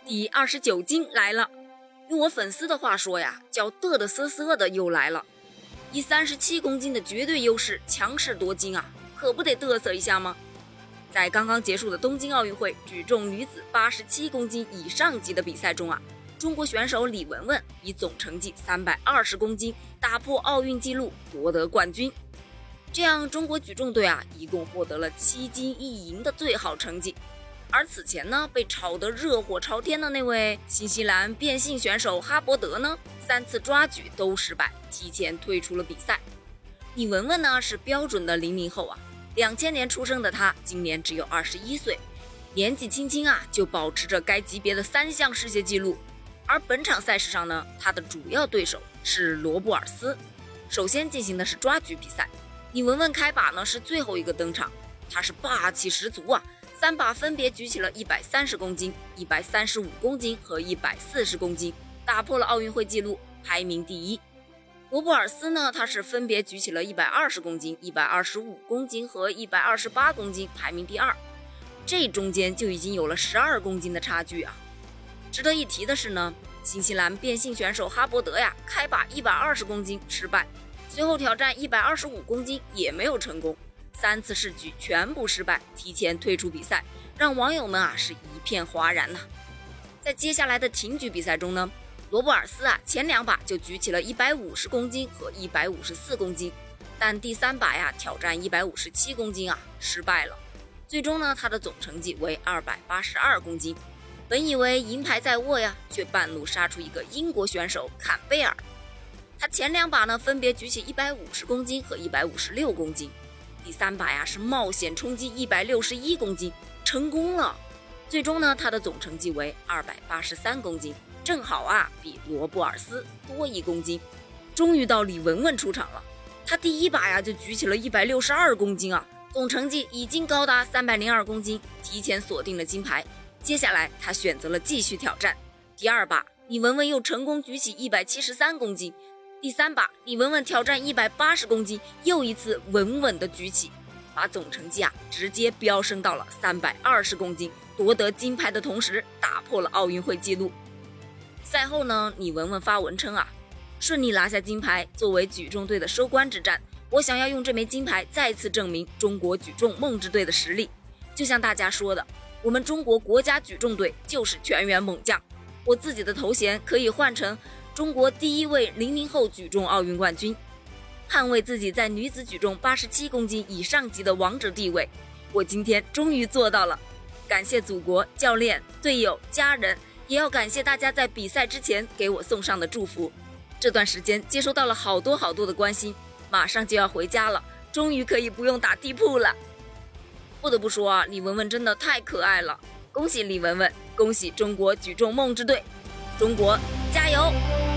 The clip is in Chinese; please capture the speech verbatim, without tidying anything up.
第二十九金来了。用我粉丝的话说呀，叫嘚嘚瑟瑟的又来了。以三十七公斤的绝对优势强势夺金啊，可不得嘚瑟一下吗？在刚刚结束的东京奥运会举重女子八十七公斤以上级的比赛中啊，中国选手李雯雯以总成绩三百二十公斤打破奥运纪录夺得冠军。这样中国举重队啊一共获得了七金一银的最好成绩。而此前呢被炒得热火朝天的那位新西兰变性选手哈伯德呢，三次抓举都失败，提前退出了比赛。李雯雯呢是标准的零零后啊，两千年出生的她今年只有二十一岁，年纪轻轻啊就保持着该级别的三项世界纪录。而本场赛事上呢，她的主要对手是罗布尔斯。首先进行的是抓举比赛，李雯雯开把呢是最后一个登场，她是霸气十足啊，三把分别举起了一百三十公斤、一百三十五公斤和一百四十公斤，打破了奥运会纪录，排名第一。罗布尔斯呢，他是分别举起了一百二十公斤、一百二十五公斤和一百二十八公斤，排名第二。这中间就已经有了十二公斤的差距啊！值得一提的是呢，新西兰变性选手哈伯德呀，开把一百二十公斤失败，随后挑战一百二十五公斤也没有成功。三次试举全部失败，提前退出比赛，让网友们啊是一片哗然呐、啊。在接下来的挺举比赛中呢，罗布尔斯啊前两把就举起了一百五十公斤和一百五十四公斤，但第三把呀挑战一百五十七公斤啊失败了。最终呢，他的总成绩为二百八十二公斤。本以为银牌在握呀，却半路杀出一个英国选手坎贝尔。他前两把呢分别举起一百五十公斤和一百五十六公斤。第三把呀是冒险冲击一百六十一公斤，成功了。最终呢，他的总成绩为二百八十三公斤，正好啊比罗布尔斯多一公斤。终于到李雯雯出场了，他第一把呀就举起了一百六十二公斤啊，总成绩已经高达三百零二公斤，提前锁定了金牌。接下来他选择了继续挑战。第二把李雯雯又成功举起一百七十三公斤。第三把李雯雯挑战一百八十公斤，又一次稳稳的举起，把总成绩啊直接飙升到了三百二十公斤，夺得金牌的同时打破了奥运会纪录。赛后呢，李雯雯发文称啊，顺利拿下金牌，作为举重队的收官之战，我想要用这枚金牌再次证明中国举重梦之队的实力。就像大家说的，我们中国国家举重队就是全员猛将，我自己的头衔可以换成中国第一位零零后举重奥运冠军，捍卫自己在女子举重八十七公斤以上级的王者地位，我今天终于做到了。感谢祖国、教练、队友、家人，也要感谢大家在比赛之前给我送上的祝福。这段时间接收到了好多好多的关心，马上就要回家了，终于可以不用打地铺了。不得不说啊，李雯雯真的太可爱了，恭喜李雯雯，恭喜中国举重梦之队，中国加油！